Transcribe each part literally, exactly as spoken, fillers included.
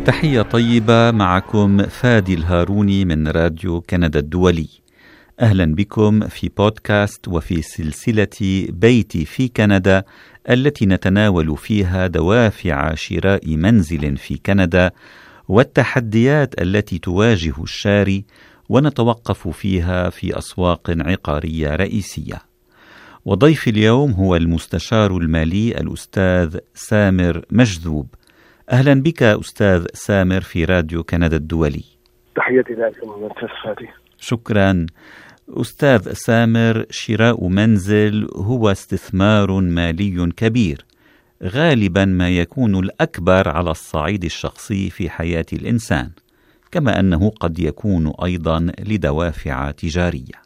تحية طيبة، معكم فادي الهاروني من راديو كندا الدولي. أهلا بكم في بودكاست وفي سلسلة بيتي في كندا، التي نتناول فيها دوافع شراء منزل في كندا والتحديات التي تواجه الشاري، ونتوقف فيها في أسواق عقارية رئيسية. وضيف اليوم هو المستشار المالي الأستاذ سامر مجذوب. أهلا بك أستاذ سامر في راديو كندا الدولي. تحياتي لكم أستاذ فادي. شكرا. أستاذ سامر، شراء منزل هو استثمار مالي كبير، غالبا ما يكون الأكبر على الصعيد الشخصي في حياة الإنسان، كما أنه قد يكون أيضا لدوافع تجارية.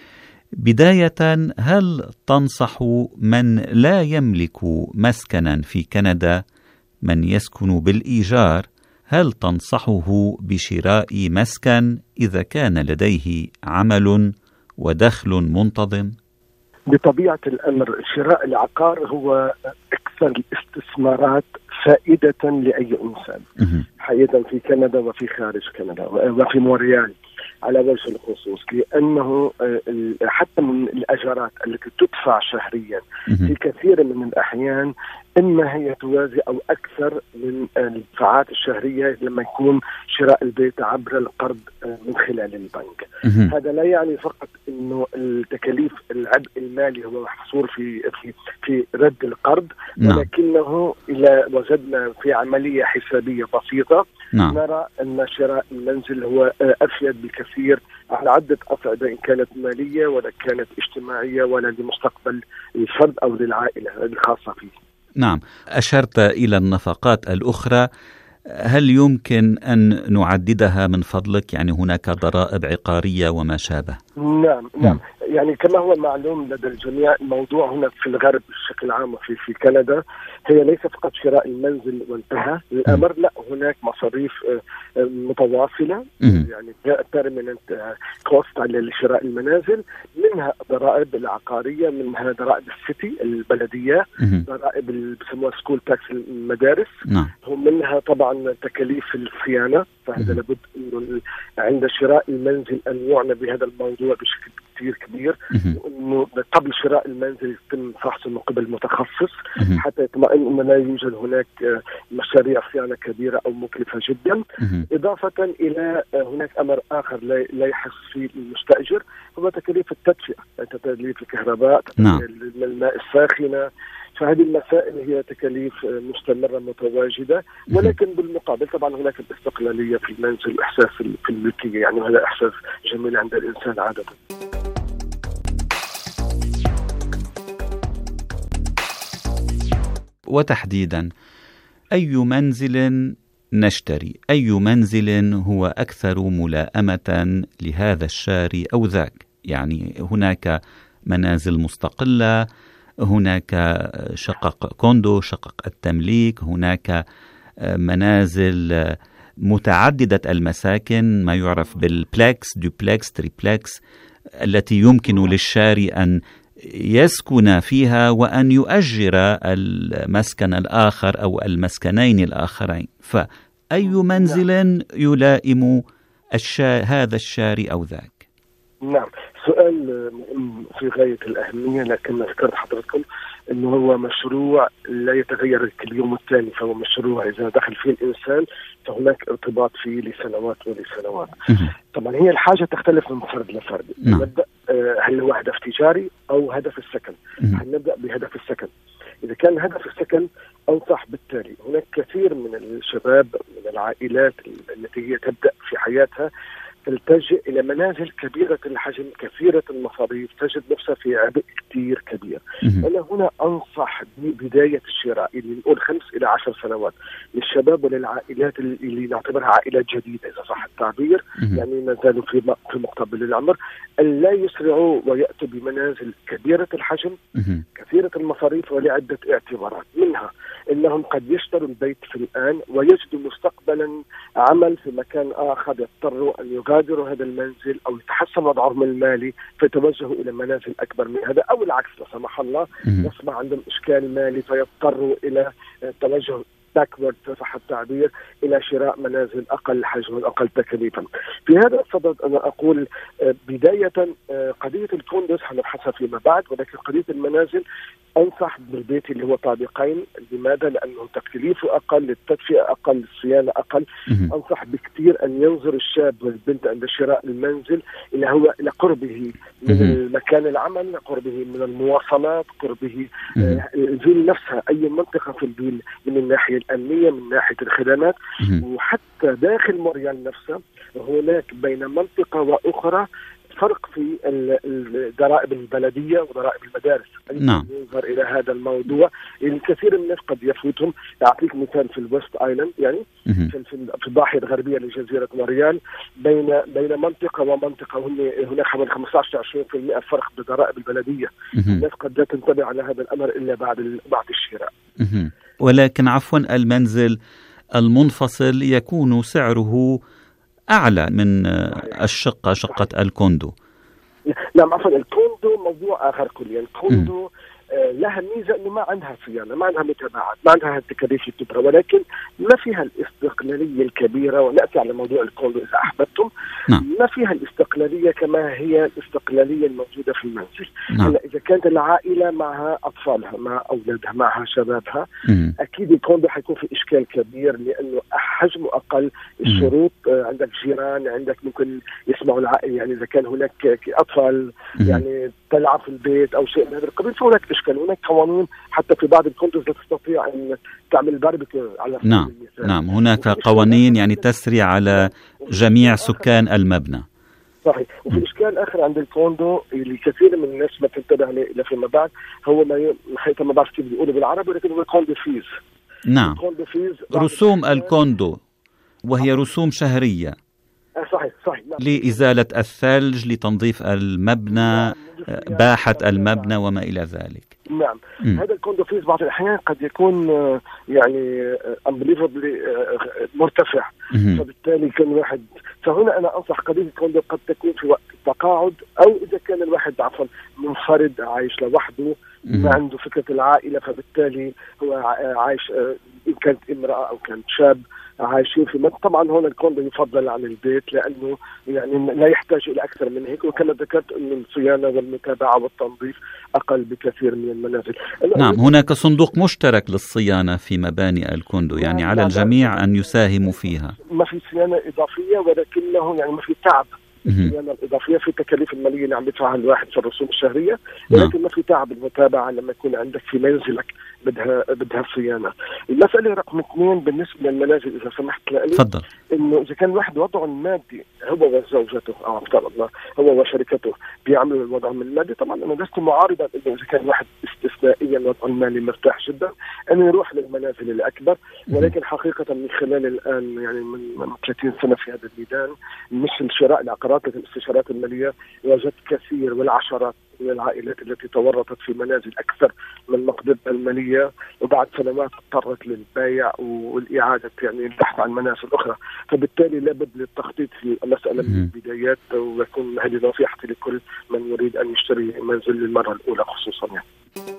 بداية، هل تنصح من لا يملك مسكنا في كندا، من يسكن بالإيجار، هل تنصحه بشراء مسكن إذا كان لديه عمل ودخل منتظم؟ بطبيعة الأمر شراء العقار هو أكثر الاستثمارات فائدة لأي إنسان، حقيقة في كندا وفي خارج كندا وفي مونريال على وجه الخصوص، لأنه حتى من الأجارات التي تدفع شهريا في كثير من الأحيان إما هي توازي أو أكثر من الدفعات الشهرية لما يكون شراء البيت عبر القرض من خلال البنك. هذا لا يعني فقط إنه التكاليف العبء المالي هو محصور في في في رد القرض، ولكنه إذا وجدنا في عملية حسابية بسيطة نعم. نرى أن شراء المنزل هو أفيد بكثير على عدة أصعدة، إن كانت مالية ولا كانت اجتماعية ولا لمستقبل الفرد أو للعائلة الخاصة فيه. نعم، أشرت إلى النفقات الأخرى، هل يمكن أن نعددها من فضلك؟ يعني هناك ضرائب عقارية وما شابه. نعم نعم يعني كما هو معلوم لدى الجميع، الموضوع هنا في الغرب بشكل عام وفي في كندا هي ليس فقط شراء المنزل وانتهى الأمر، لا هناك مصاريف متواصلة يعني permanent cost على شراء المنازل، منها ضرائب العقارية، منها ضرائب السيتي البلدية، ضرائب اللي بسموها سكول تاكس المدارس، ومنها طبعا تكاليف الصيانة. فهذا لابد انه عند شراء المنزل ان يعنى بهذا الموضوع بشكل كثير كبير، وانه قبل شراء المنزل يتم فحصه من قبل متخصص حتى يطمئن انه لا يوجد هناك مشاريع صيانة كبيرة او مكلفة جدا. اضافة الى هناك امر اخر لا يحس فيه المستأجر، هو تكاليف التدفئة، تكاليف الكهرباء، تكاليف الماء الساخنة. فهذه المسائل هي تكاليف مستمرة متواجدة، ولكن بالمقابل طبعا هناك الاستقلالية في المنزل وإحساس في الملكية، يعني هذا إحساس جميل عند الإنسان عادة. وتحديدا أي منزل نشتري؟ أي منزل هو أكثر ملائمة لهذا الشاري أو ذاك؟ يعني هناك منازل مستقلة، هناك شقق كوندو، شقق التمليك، هناك منازل متعددة المساكن، ما يعرف بالبلكس، دوبلكس، تريبلكس، التي يمكن للشاري أن يسكن فيها وأن يؤجر المسكن الآخر أو المسكنين الآخرين. فأي منزل يلائم الشا... هذا الشاري أو ذاك؟ نعم، سؤال مهم في غاية الأهمية، لكن ذكرت حضرتكم أنه هو مشروع لا يتغير كل يوم الثاني، فهو مشروع إذا دخل فيه الإنسان فهناك ارتباط فيه لسنوات ولسنوات. طبعا هي الحاجة تختلف من فرد لفرد. نبدأ هل هو هدف تجاري أو هدف السكن؟ هنبدأ بهدف السكن. إذا كان هدف السكن أنصح بالتالي، هناك كثير من الشباب من العائلات التي هي تبدأ في حياتها تلتجئ إلى منازل كبيرة الحجم كثيرة المصاريف، تجد نفسها في عبء كثير كبير. أنا هنا أنصح ببداية الشراء اللي نقول خمس إلى عشر سنوات للشباب وللعائلات اللي نعتبرها عائلات جديدة إذا صح التعبير، يعني ما زالوا في في مقتبل العمر، أن لا يسرعوا ويأتوا بمنازل كبيرة الحجم كثيرة المصاريف ولعدة اعتبارات، منها إنهم قد يشتروا البيت في الآن ويجدوا مستقبلا عمل في مكان آخر، يضطروا أن يغادروا هذا المنزل أو يتحسن وضعهم المالي فيتوجهوا إلى منازل أكبر من هذا، أو العكس لا سمح الله يصبح عندهم إشكال مالي فيضطروا إلى التوجه باكورد صح التعبير إلى شراء منازل أقل حجما أقل تكلفا. في هذا الصدد أنا أقول بداية قضية الكوندوز هنبحثها فيما بعد، ولكن قضية المنازل أنصح بالبيت اللي هو طابقين. لماذا؟ لأنه تكليفه أقل، التدفئة أقل، الصيانة أقل. أنصح بكثير أن ينظر الشاب والبنت عند شراء المنزل إلى هو إلى قربه من مكان العمل، قربه من المواصلات، قربه الفيل نفسها، أي منطقة في الفيل من الناحية الأمنية، من ناحية الخدمات، وحتى داخل موريال نفسه هناك بين منطقة وأخرى فرق في الضرائب البلدية وضرائب المدارس. نعم. ينظر إلى هذا الموضوع. الكثير من الناس قد يفوتهم. أعطيك مثال في الويست آيلاند، يعني في في الضاحية الغربية لجزيرة موريال، بين بين منطقة ومنطقة هناك حوالي خمسة عشر إلى عشرين بالمئة فرق بالضرائب البلدية. الناس قد لا تنتبه على هذا الأمر إلا بعد بعد الشراء. ولكن عفوا المنزل المنفصل يكون سعره أعلى من الشقة شقة الكوندو. نعم عفوا، الكوندو موضوع آخر كليا. الكوندو آه لها ميزة إنه ما عندها صيانة، ما عندها متابعات، ما عندها التكاليف الكبرى، ولكن ما فيها الاستقلالية الكبيرة. ونأتي على موضوع الكوندو إذا أحببتم. نعم. ما فيها الاستقلالية كما هي الاستقلالية الموجودة في المنزل. نعم. هلا إذا كانت العائلة معها أطفالها، مع أولادها، معها شبابها، مم. أكيد الكوندو حيكون في إشكال كبير، لأنه حجمه أقل. الشروط آه عندك جيران، عندك ممكن يسمعوا العائلة، يعني إذا كان هناك أطفال مم. يعني تلعب في البيت أو شيء من هذا القبيل، فهناك إشكال. هناك قوانين حتى في بعض الكوندوز لا تستطيع أن تعمل باربيكيو على سبيل نعم المثال. نعم هناك قوانين يعني تسري على جميع سكان المبنى. صحيح. وفي إشكال آخر عند الكوندو اللي كثير من الناس ما تنتبه عليه إلا فيما بعد، هو ما حتى ما بعرف كيف بيقولوا بالعربي، ولكن هو كوندو فيز. نعم. الكوندو فيز رسوم الكوندو، وهي رسوم شهرية. صحيح صحيح. نعم. لإزالة الثلج، لتنظيف المبنى، نعم. باحة المبنى وما إلى ذلك. نعم. م. هذا الكوندو فيز بعض الأحيان قد يكون يعني unbelievably مرتفع. م. فبالتالي كان واحد، فهنا أنا أنصح قضية الكوندو قد تكون في وقت التقاعد، أو إذا كان الواحد عفوا منفرد عايش لوحده، ما عنده فكرة العائلة، فبالتالي هو عايش، إن كانت امرأة أو كانت شاب عايشين في مد. طبعا هون الكوندو يفضل عن البيت، لأنه يعني لا يحتاج إلى أكثر من هيك. وكما ذكرت أن الصيانة والمتابعة والتنظيف أقل بكثير من المنازل. نعم. هناك صندوق مشترك للصيانة في مباني الكوندو، يعني على الجميع أن يساهموا فيها. ما في صيانة إضافية، ولكنه يعني ما في تعب. الصيانة الإضافية في التكاليف المالية اللي عم يدفعها الواحد في الرسوم الشهرية، ولكن ما في تعب المتابعة لما يكون عندك في منزلك بدها بدها صيانة. المسألة رقم اثنين بالنسبة للمنازل، إذا سمحت لي، تفضل. إنه إذا كان الواحد وضعه المادي هو وزوجته أو أفترض الله هو وشركته بيعملوا الوضع المادي، طبعا أنا لست معارضا إنه إذا كان الواحد استثنائيا وضعه المالي مرتاح جدا أنه يروح للمنازل الأكبر. ولكن حقيقة من خلال الآن يعني من ثلاثين سنة في هذا الميدان، مش الشراء العقارات لكن الاستشارات المالية، وجدت كثير والعشرات من العائلات التي تورطت في منازل أكثر من مقدرتها المالية، وبعد سنوات اضطرت للبيع والإعادة يعني البحث عن منازل أخرى. فبالتالي لابد للتخطيط في المسألة من البدايات، ويكون هذه نصيحتي لكل من يريد أن يشتري منزل للمرة الأولى خصوصا. يعني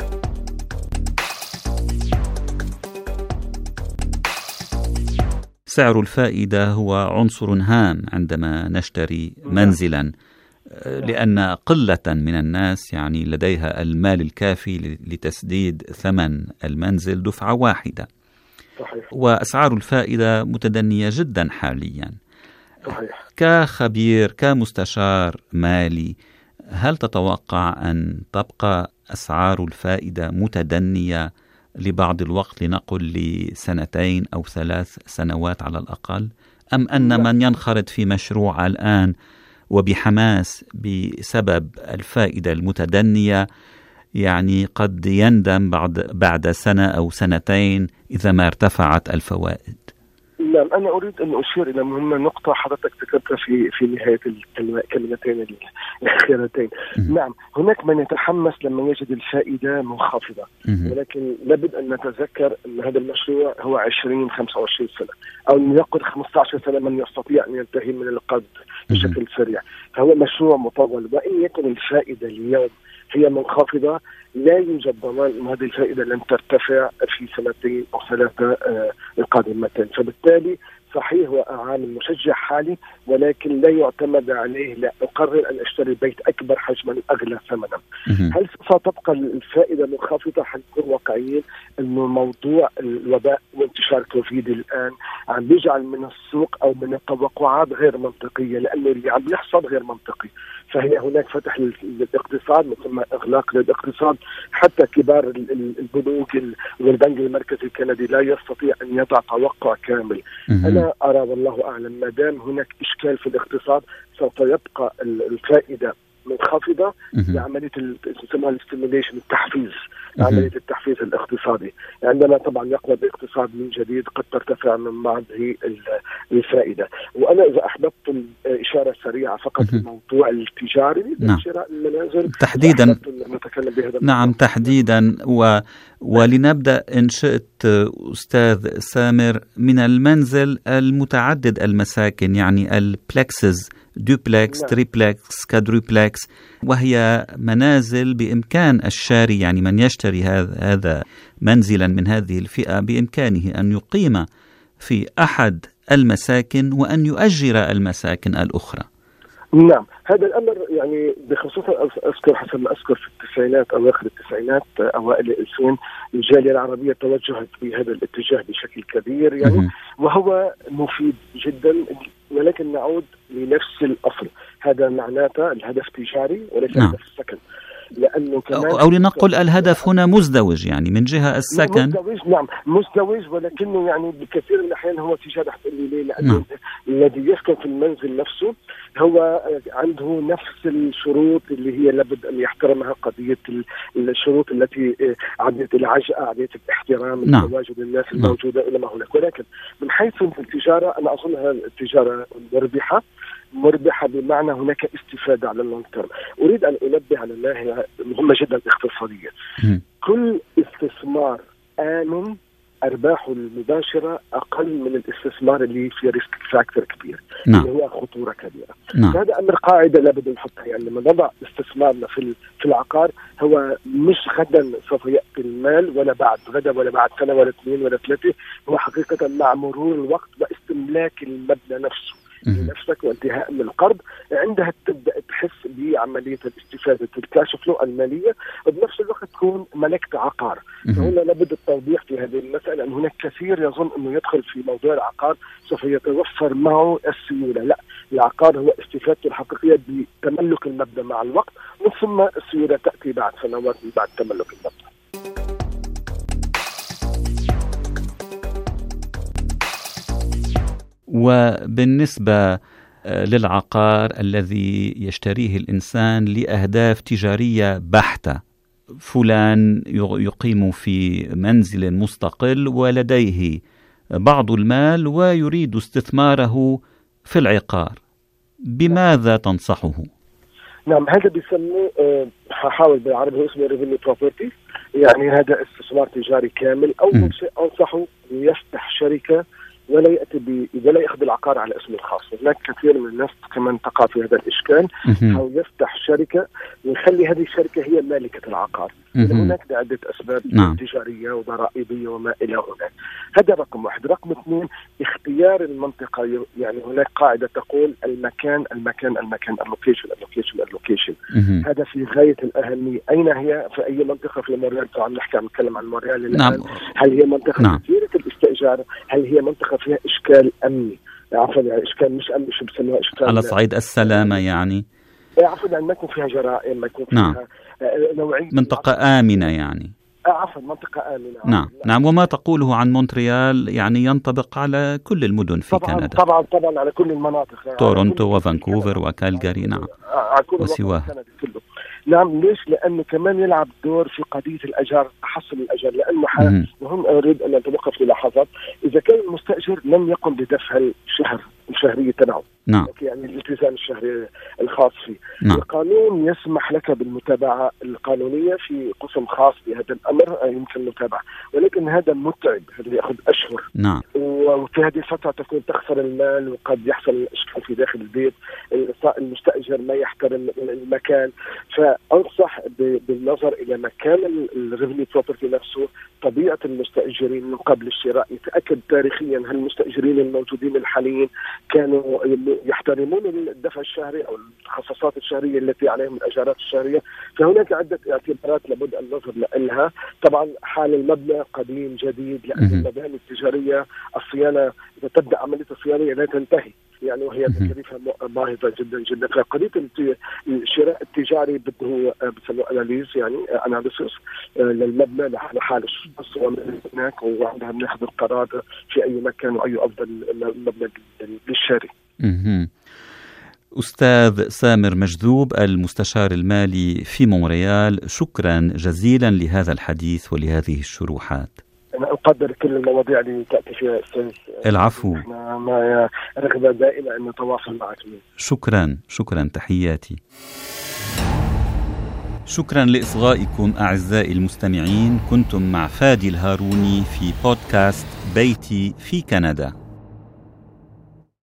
سعر الفائدة هو عنصر هام عندما نشتري منزلا، لأن قلة من الناس يعني لديها المال الكافي لتسديد ثمن المنزل دفعة واحدة. صحيح. وأسعار الفائدة متدنية جدا حاليا. صحيح. كخبير كمستشار مالي، هل تتوقع أن تبقى أسعار الفائدة متدنية لبعض الوقت، لنقل لسنتين أو ثلاث سنوات على الأقل، أم أن من ينخرط في مشروع الآن وبحماس بسبب الفائدة المتدنية يعني قد يندم بعد بعد سنة أو سنتين إذا ما ارتفعت الفوائد؟ نعم، أنا أريد أن أشير إلى مهمة نقطة حضرتك ذكرتها في في نهاية الكلمتين الأخيرتين. نعم، هناك من يتحمس لما يجد الفائدة منخفضة، ولكن لابد أن نتذكر أن هذا المشروع هو عشرين خمسة وعشرين سنة، أو يقود خمسة عشر سنة من يستطيع أن ينتهي من القرض بشكل سريع. فهو مشروع مطول، وإن يكن الفائدة اليوم هي منخفضة، لا يوجد ضمان أن هذه الفائدة لن ترتفع في سنتين أو ثلاثة القادمتين. فبالتالي صحيح هو عامل مشجع حالي، ولكن لا يعتمد عليه. لا أقرر أن أشتري بيت أكبر حجما أغلى ثمنا. هل ستبقى الفائدة منخفضة؟ حنكون واقعيين أنه موضوع الوباء وانتشار كوفيد الآن عم بيجعل من السوق أو من التوقعات غير منطقية، لأنه اللي عم يحصل غير منطقي. فهي هناك فتح للاقتصاد مثل ما إغلاق للاقتصاد. حتى كبار البنوك والبنك المركزي الكندي لا يستطيع أن يضع توقع كامل. أنا أرى والله أعلم ما دام هناك إشكال في الاقتصاد سوف يبقى الفائدة منخفضة لعملية تسمى الاستيميليشن، التحفيز، عملية التحفيز الاقتصادي. عندما طبعا يقوى الاقتصاد من جديد قد ترتفع من بعضه الفائدة. وأنا إذا أحببت الإشارة السريعة فقط في الموضوع التجاري لشراء المنازل تحديدا. نعم تحديدا و... ولنبدأ إن شئت أستاذ سامر من المنزل المتعدد المساكن، يعني البلكسز، دوبلكس، نعم. تريبلكس، كادروبلكس، وهي منازل بإمكان الشاري، يعني من يشتري هذا هذا منزلا من هذه الفئة بإمكانه أن يقيم في أحد المساكن وأن يؤجر المساكن الأخرى. نعم، هذا الأمر يعني بخصوص أذكر حسب ما أذكر في التسعينات أو آخر التسعينات أوائل الألفين الجالية العربية توجهت بهذا الاتجاه بشكل كبير يعني، وهو مفيد جدا. ولكن نعود لنفس الأصل، هذا معناته الهدف تجاري وليس نعم. هدف السكن. لأنه كمان أو, أو لنقل الهدف هنا مزدوج، يعني من جهة السكن مزدوج. نعم مزدوج، ولكنه يعني بكثير من الأحيان هو تجارة. حتى ليه؟ لأنه نعم. الذي يسكن في المنزل نفسه هو عنده نفس الشروط اللي هي لابد أن يحترمها، قضية الشروط التي عدية العجقة، عدية الاحترام، نعم. تواجد الناس الموجودة إلى ما هناك. ولكن من حيث التجارة أنا أظنها التجارة مربحة. مربحة بمعنى هناك استفادة على اللونج تيرم. أريد أن أنبه على ناحية مهمة جدا اقتصادية. كل استثمار آمن أرباحه المباشرة أقل من الاستثمار اللي في ريسك فاكتور كبير، نعم. اللي هو خطورة كبيرة. نعم. هذا أمر قاعدة لابد نحطها. يعني لما نضع استثمارنا في في العقار هو مش غدا سوف يأتي المال، ولا بعد غدا، ولا بعد سنة، ولا اثنين، ولا ثلاثة. هو حقيقة مع مرور الوقت واستملاك المبنى نفسه لنفسك وانتهاء من القرض، عندها تبدأ تحس بعملية الاستفادة الكاش فلو المالية، وبنفس الوقت تكون ملكت عقار. فهنا لابد التوضيح في هذه المسألة، أن هناك كثير يظن أنه يدخل في موضوع العقار سوف يتوفر معه السيولة. لا، العقار هو استفادته الحقيقية بتملك المبنى مع الوقت، ثم السيولة تأتي بعد سنوات بعد تملك المبنى. وبالنسبة للعقار الذي يشتريه الإنسان لأهداف تجارية بحتة، فلان يقيم في منزل مستقل ولديه بعض المال ويريد استثماره في العقار، بماذا تنصحه؟ نعم، هذا بيسموه أه حاول بالعربي اسمه ريفينيو بروبرتي، يعني هذا استثمار تجاري كامل. أول شيء أنصحه يفتح شركة ولا يأتي ب... ولا يأخذ العقار على اسمه الخاص. هناك كثير من الناس كمان تقع في هذا الإشكال، أو يفتح شركة ويخلي هذه الشركة هي مالكة العقار. هناك عدة أسباب نعم. تجارية وضرائبية وما إلى هناك. هذا رقم واحد. رقم اثنين، اختيار المنطقة. يعني هناك قاعدة تقول المكان المكان المكان اللوكيشن اللوكيشن اللوكيشن. هذا في غاية الأهمية. أين هي؟ في أي منطقة في مونريال؟ طبعا نحكي عم نتكلم عن مونريال الآن. نعم. هل هي منطقة نعم. كثيرة الاستئجار؟ هل هي منطقة فيها إشكال أمني؟ عفوا يعني إشكال مش أمني، شو بسموها إشكال على صعيد السلامة يعني. عفوا يعني ما يكون فيها جرائم، ما يكون فيها نعم. نوعية منطقة آمنة يعني. عفوا منطقة آمنة. نعم نعم. وما تقوله عن مونتريال يعني ينطبق على كل المدن في طبعاً كندا. طبعا طبعا على كل المناطق يعني تورونتو وفانكوفر وكالجاري. نعم وسواها. نعم. ليش؟ لأنه كمان يلعب دور في قضية الأجار، تحصل الأجار. لأنه مهم أريد أن أتوقف للحظات. إذا كان المستأجر لم يقم بدفع الشهر الشهرية تبعه، نعم. يعني الالتزام الشهري الخاص فيه، نعم. القانون يسمح لك بالمتابعة القانونية في قسم خاص بهذا الأمر، يمكن المتابعة، ولكن هذا متعب، هذا يأخذ أشهر. نعم. وفي هذه الفترة تكون تخسر المال، وقد يحصل إشكال في داخل البيت، المستأجر ما يحترم المكان. ف أنصح بالنظر إلى مكان الريفنيو بروبرتي نفسه، طبيعة المستأجرين من قبل الشراء، يتأكد تاريخيا هل المستأجرين الموجودين الحاليين كانوا يحترمون الدفع الشهري أو الخصصات الشهرية التي عليهم الأجارات الشهرية. فهناك عدة اعتبارات لابد أن ننظر لها. طبعا حال المبنى قديم جديد، لأن المباني التجارية الصيانة إذا تبدأ عملية الصيانة لا تنتهي يعني، وهي تكلفة باهظة جدا جدا. فقضية الشراء التجاري بده بسموه أناليز يعني أناليسيس للمبنى لحال الصيانة هناك، وعندها بناخذ القرار في أي مكان وأي أفضل مبنى للشراء. أستاذ سامر مجذوب المستشار المالي في مونريال، شكرا جزيلا لهذا الحديث ولهذه الشروحات. أنا أقدر كل المواضيع اللي تأتي فيها أستاذ. العفو. ما رغبة دائمة أن نتواصل معك. شكرا شكرا تحياتي. شكرا لإصغائكم أعزائي المستمعين. كنتم مع فادي الهاروني في بودكاست بيتي في كندا.